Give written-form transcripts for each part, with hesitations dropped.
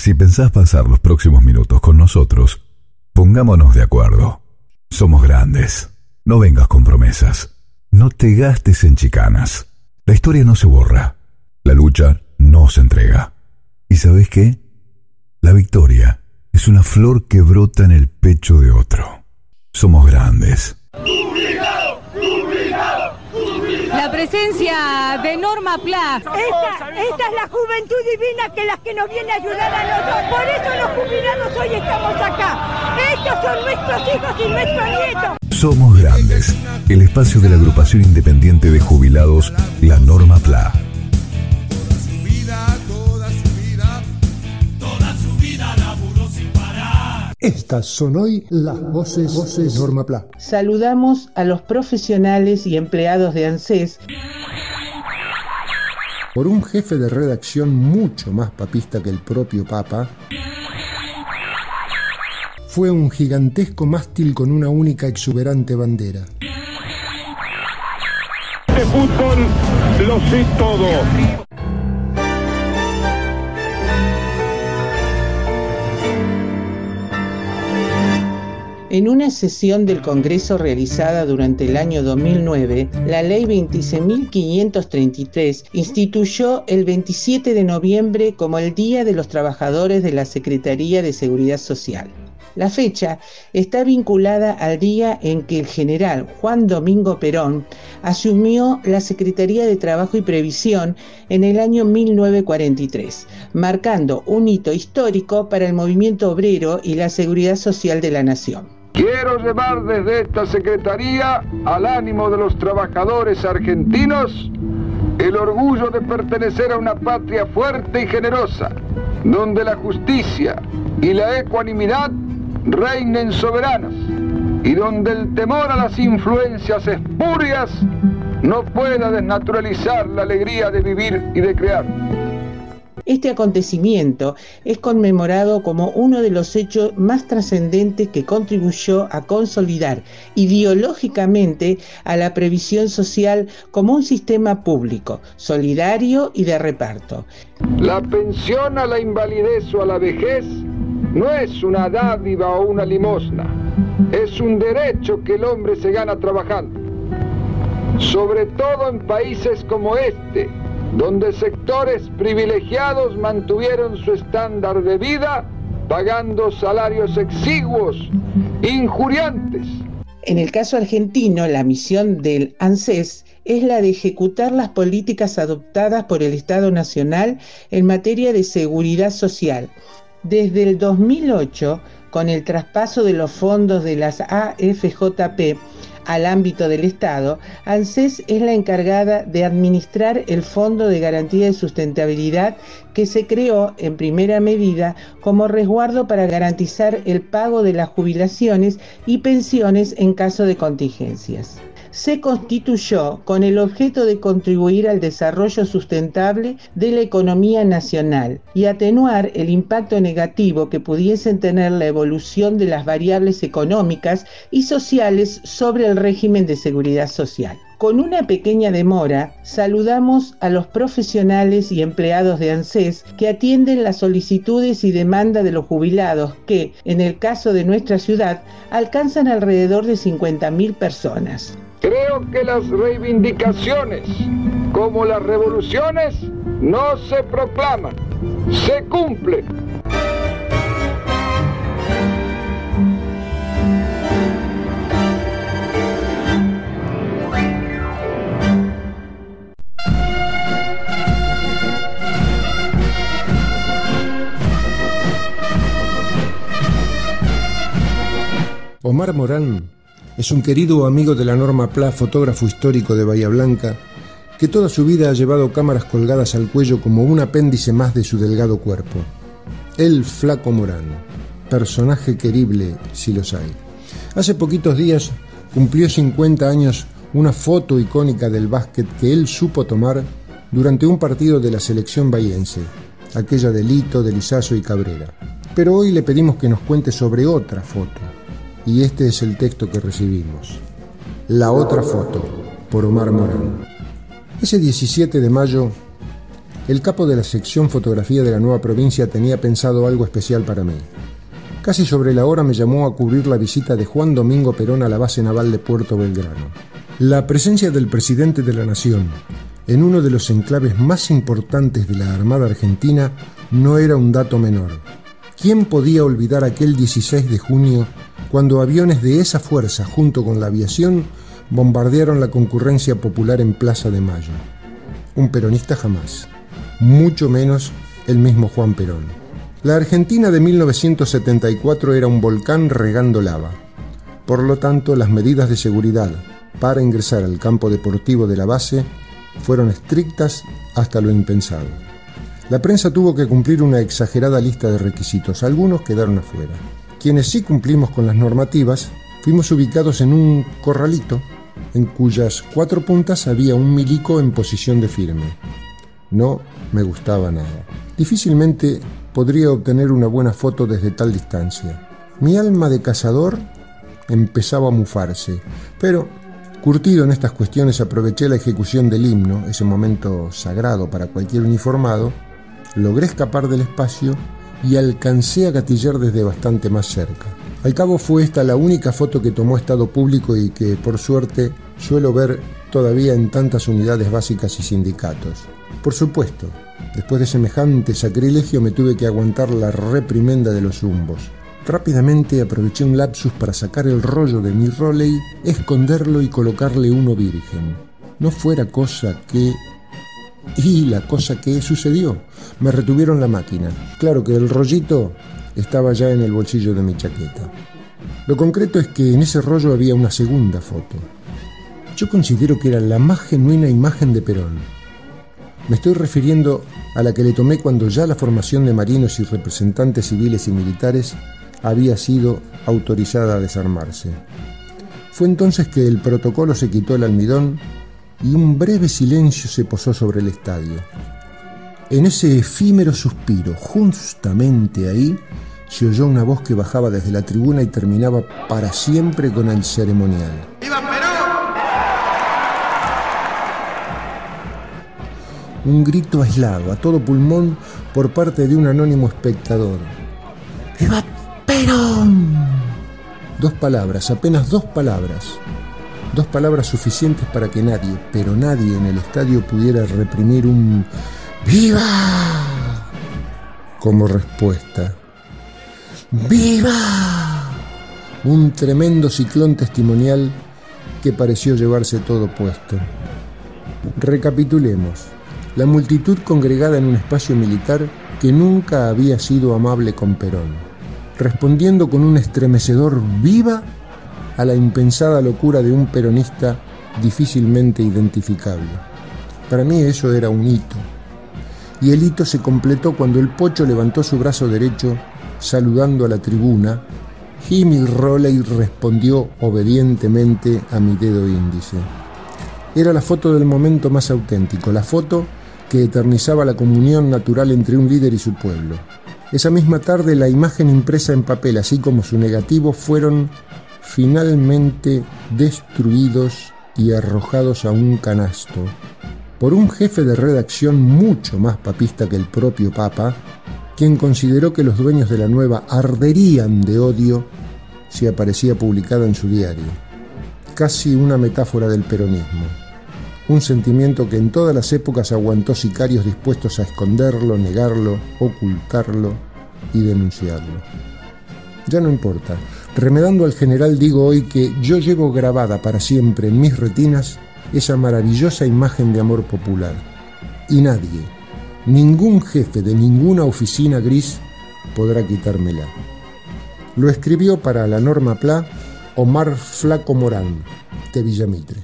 Si pensás pasar los próximos minutos con nosotros, pongámonos de acuerdo. Somos grandes. No vengas con promesas. No te gastes en chicanas. La historia no se borra. La lucha no se entrega. ¿Y sabés qué? La victoria es una flor que brota en el pecho de otro. Somos grandes. La presencia de Norma Pla. Esta es la juventud divina que nos viene a ayudar a nosotros. Por eso los jubilados hoy estamos acá. Estos son nuestros hijos y nuestros nietos. Somos grandes. El espacio de la agrupación independiente de jubilados, la Norma Pla. Estas son hoy las voces de Norma Pla. Saludamos a los profesionales y empleados de ANSES. Por un jefe de redacción mucho más papista que el propio Papa, fue un gigantesco mástil con una única exuberante bandera. De fútbol lo sé todo. En una sesión del Congreso realizada durante el año 2009, la Ley 26.533 instituyó el 27 de noviembre como el Día de los Trabajadores de la Secretaría de Seguridad Social. La fecha está vinculada al día en que el general Juan Domingo Perón asumió la Secretaría de Trabajo y Previsión en el año 1943, marcando un hito histórico para el movimiento obrero y la seguridad social de la nación. Quiero llevar desde esta Secretaría al ánimo de los trabajadores argentinos el orgullo de pertenecer a una patria fuerte y generosa, donde la justicia y la ecuanimidad reinen soberanas y donde el temor a las influencias espurias no pueda desnaturalizar la alegría de vivir y de crear. Este acontecimiento es conmemorado como uno de los hechos más trascendentes que contribuyó a consolidar ideológicamente a la previsión social como un sistema público, solidario y de reparto. La pensión a la invalidez o a la vejez no es una dádiva o una limosna, es un derecho que el hombre se gana trabajando. Sobre todo en países como este, donde sectores privilegiados mantuvieron su estándar de vida pagando salarios exiguos, injuriantes. En el caso argentino, la misión del ANSES es la de ejecutar las políticas adoptadas por el Estado Nacional en materia de seguridad social. Desde el 2008, con el traspaso de los fondos de las AFJP al ámbito del Estado, ANSES es la encargada de administrar el Fondo de Garantía de Sustentabilidad que se creó en primera medida como resguardo para garantizar el pago de las jubilaciones y pensiones en caso de contingencias. Se constituyó con el objeto de contribuir al desarrollo sustentable de la economía nacional y atenuar el impacto negativo que pudiesen tener la evolución de las variables económicas y sociales sobre el régimen de seguridad social. Con una pequeña demora, saludamos a los profesionales y empleados de ANSES que atienden las solicitudes y demandas de los jubilados que, en el caso de nuestra ciudad, alcanzan alrededor de 50.000 personas. Creo que las reivindicaciones, como las revoluciones, no se proclaman, se cumplen. Omar Morán es un querido amigo de la Norma Pla, fotógrafo histórico de Bahía Blanca, que toda su vida ha llevado cámaras colgadas al cuello como un apéndice más de su delgado cuerpo. El Flaco Morán, personaje querible si los hay. Hace poquitos días cumplió 50 años una foto icónica del básquet que él supo tomar durante un partido de la selección bahiense, aquella de Lito, de Lizazo y Cabrera. Pero hoy le pedimos que nos cuente sobre otra foto. Y este es el texto que recibimos. La otra foto, por Omar Morán. Ese 17 de mayo, el capo de la sección fotografía de la nueva provincia tenía pensado algo especial para mí. Casi sobre la hora me llamó a cubrir la visita de Juan Domingo Perón a la base naval de Puerto Belgrano. La presencia del presidente de la Nación en uno de los enclaves más importantes de la Armada Argentina no era un dato menor. ¿Quién podía olvidar aquel 16 de junio cuando aviones de esa fuerza, junto con la aviación, bombardearon la concurrencia popular en Plaza de Mayo? Un peronista jamás, mucho menos el mismo Juan Perón. La Argentina de 1974 era un volcán regando lava. Por lo tanto, las medidas de seguridad para ingresar al campo deportivo de la base fueron estrictas hasta lo impensado. La prensa tuvo que cumplir una exagerada lista de requisitos, algunos quedaron afuera. Quienes sí cumplimos con las normativas, fuimos ubicados en un corralito, en cuyas 4 puntas había un milico en posición de firme. No me gustaba nada. Difícilmente podría obtener una buena foto desde tal distancia. Mi alma de cazador empezaba a mufarse, pero curtido en estas cuestiones aproveché la ejecución del himno, ese momento sagrado para cualquier uniformado, logré escapar del espacio y alcancé a gatillar desde bastante más cerca. Al cabo fue esta la única foto que tomó Estado Público y que, por suerte, suelo ver todavía en tantas unidades básicas y sindicatos. Por supuesto, después de semejante sacrilegio me tuve que aguantar la reprimenda de los zumbos. Rápidamente aproveché un lapsus para sacar el rollo de mi Roley, esconderlo y colocarle uno virgen. No fuera cosa que... Y la cosa que sucedió. Me retuvieron la máquina. Claro que el rollito estaba ya en el bolsillo de mi chaqueta. Lo concreto es que en ese rollo había una segunda foto. Yo considero que era la más genuina imagen de Perón. Me estoy refiriendo a la que le tomé cuando ya la formación de marinos y representantes civiles y militares había sido autorizada a desarmarse. Fue entonces que el protocolo se quitó el almidón y un breve silencio se posó sobre el estadio. En ese efímero suspiro, justamente ahí, se oyó una voz que bajaba desde la tribuna y terminaba para siempre con el ceremonial. ¡Viva Perón! Un grito aislado, a todo pulmón, por parte de un anónimo espectador. ¡Viva Perón! 2 palabras, apenas 2 palabras. 2 palabras suficientes para que nadie, pero nadie en el estadio pudiera reprimir un ¡Viva! Como respuesta. ¡Viva! Un tremendo ciclón testimonial que pareció llevarse todo puesto. Recapitulemos. La multitud congregada en un espacio militar que nunca había sido amable con Perón, respondiendo con un estremecedor ¡viva! A la impensada locura de un peronista difícilmente identificable. Para mí eso era un hito. Y el hito se completó cuando el Pocho levantó su brazo derecho saludando a la tribuna y mi Roley respondió obedientemente a mi dedo índice. Era la foto del momento más auténtico, la foto que eternizaba la comunión natural entre un líder y su pueblo. Esa misma tarde la imagen impresa en papel, así como su negativo, fueron finalmente destruidos y arrojados a un canasto por un jefe de redacción mucho más papista que el propio Papa, quien consideró que los dueños de la Nueva arderían de odio si aparecía publicada en su diario. Casi una metáfora del peronismo. Un sentimiento que en todas las épocas aguantó sicarios dispuestos a esconderlo, negarlo, ocultarlo y denunciarlo. Ya no importa. Remedando al general digo hoy que yo llevo grabada para siempre en mis retinas esa maravillosa imagen de amor popular. Y nadie, ningún jefe de ninguna oficina gris podrá quitármela. Lo escribió para la Norma Pla Omar Flaco Morán, de Villamitre.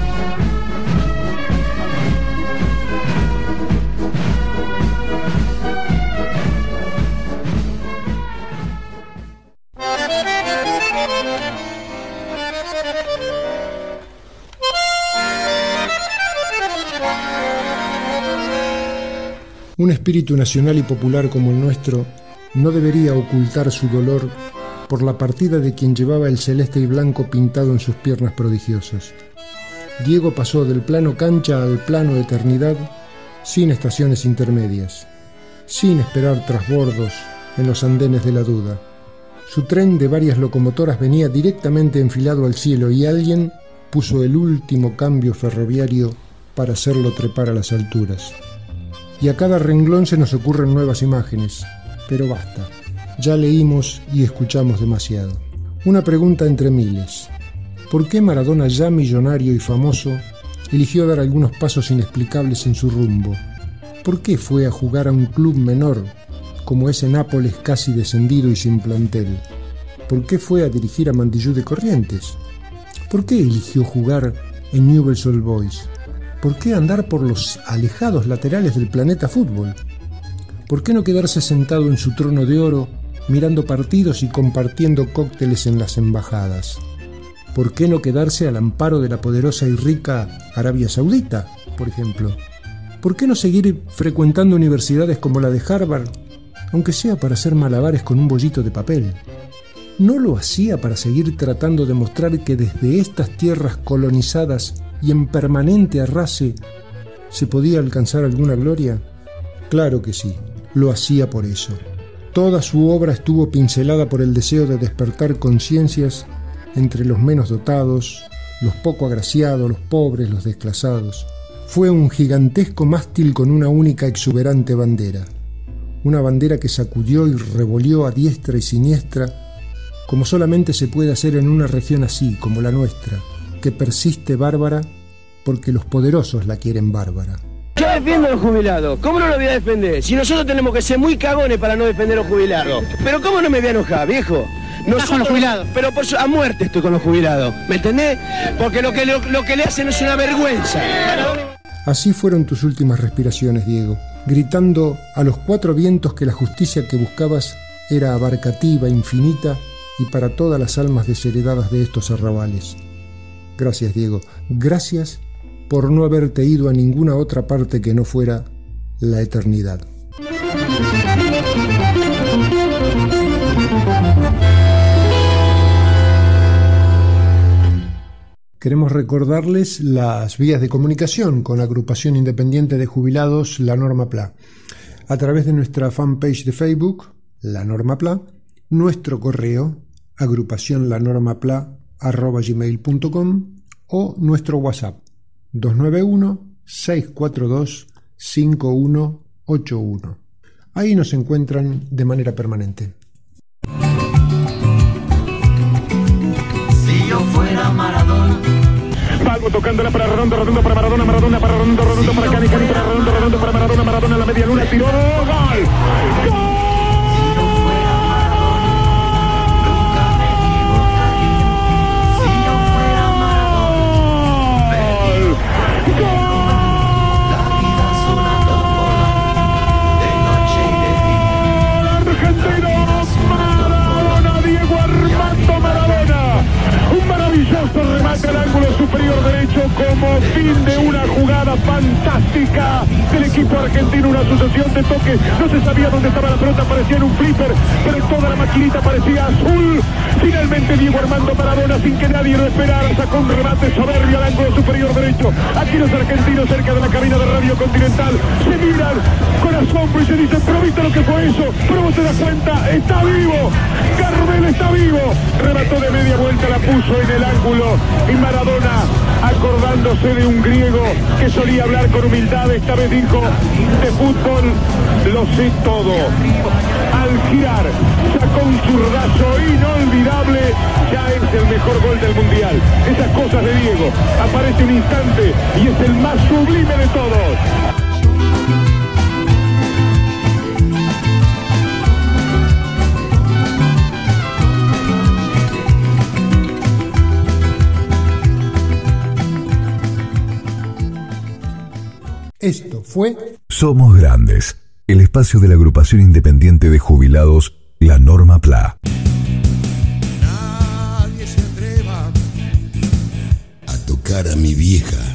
Un espíritu nacional y popular como el nuestro no debería ocultar su dolor por la partida de quien llevaba el celeste y blanco pintado en sus piernas prodigiosas. Diego pasó del plano cancha al plano eternidad sin estaciones intermedias, sin esperar trasbordos en los andenes de la duda. Su tren de varias locomotoras venía directamente enfilado al cielo y alguien puso el último cambio ferroviario para hacerlo trepar a las alturas. Y a cada renglón se nos ocurren nuevas imágenes, pero basta. Ya leímos y escuchamos demasiado. Una pregunta entre miles. ¿Por qué Maradona, ya millonario y famoso, eligió dar algunos pasos inexplicables en su rumbo? ¿Por qué fue a jugar a un club menor, como ese Nápoles casi descendido y sin plantel? ¿Por qué fue a dirigir a Mandillú de Corrientes? ¿Por qué eligió jugar en Newell's Old Boys? ¿Por qué andar por los alejados laterales del planeta fútbol? ¿Por qué no quedarse sentado en su trono de oro, mirando partidos y compartiendo cócteles en las embajadas? ¿Por qué no quedarse al amparo de la poderosa y rica Arabia Saudita, por ejemplo? ¿Por qué no seguir frecuentando universidades como la de Harvard, aunque sea para hacer malabares con un bollito de papel? ¿No lo hacía para seguir tratando de mostrar que desde estas tierras colonizadas y en permanente arrase se podía alcanzar alguna gloria? Claro que sí, lo hacía por eso. Toda su obra estuvo pincelada por el deseo de despertar conciencias entre los menos dotados, los poco agraciados, los pobres, los desclasados. Fue un gigantesco mástil con una única exuberante bandera. Una bandera que sacudió y revolvió a diestra y siniestra, como solamente se puede hacer en una región así, como la nuestra, que persiste bárbara porque los poderosos la quieren bárbara. Yo defiendo a los jubilados. ¿Cómo no lo voy a defender? Si nosotros tenemos que ser muy cagones para no defender a los jubilados. Pero ¿cómo no me voy a enojar, viejo? Nosotros, con los jubilados. Pero a muerte estoy con los jubilados. ¿Me entendés? Porque lo que le hacen es una vergüenza. Así fueron tus últimas respiraciones, Diego, gritando a los cuatro vientos que la justicia que buscabas era abarcativa, infinita y para todas las almas desheredadas de estos arrabales. Gracias, Diego. Gracias por no haberte ido a ninguna otra parte que no fuera la eternidad. Queremos recordarles las vías de comunicación con la agrupación independiente de jubilados La Norma PLA. A través de nuestra fanpage de Facebook, La Norma PLA, nuestro correo, agrupacionlanormapla@gmail.com o nuestro WhatsApp, 291-642-5181. Ahí nos encuentran de manera permanente. Si yo fuera Maradona. Balbo tocándola para Redondo, Redondo para Maradona, Maradona para Redondo, Redondo para Cani, Cani para Redondo, Redondo para Maradona, Maradona en la media luna, tiró, ¡gol! ¡Gol! Remate al ángulo superior derecho como fin de una jugada fantástica del equipo argentino, una sucesión de toques, no se sabía dónde estaba la pelota, parecía en un flipper, pero toda la maquinita parecía azul. Finalmente Diego Armando Maradona, sin que nadie lo esperara, sacó un remate soberbio al ángulo superior derecho. Aquí los argentinos cerca de la cabina de Radio Continental se miran con asombro y se dicen, pero ¿viste lo que fue eso? Pero vos te das cuenta, está vivo, Carmel está vivo. Remató de media vuelta, la puso en el ángulo y Maradona, acordándose de un griego que solía hablar con humildad, esta vez dijo, de fútbol lo sé todo. Al girar sacó un zurdazo inolvidable, ya es el mejor gol del mundial. Esas cosas de Diego, aparece un instante y es el más sublime de todos. Esto fue Somos Grandes, el espacio de la agrupación independiente de jubilados La Norma PLA. Nadie se atreva a tocar a mi vieja.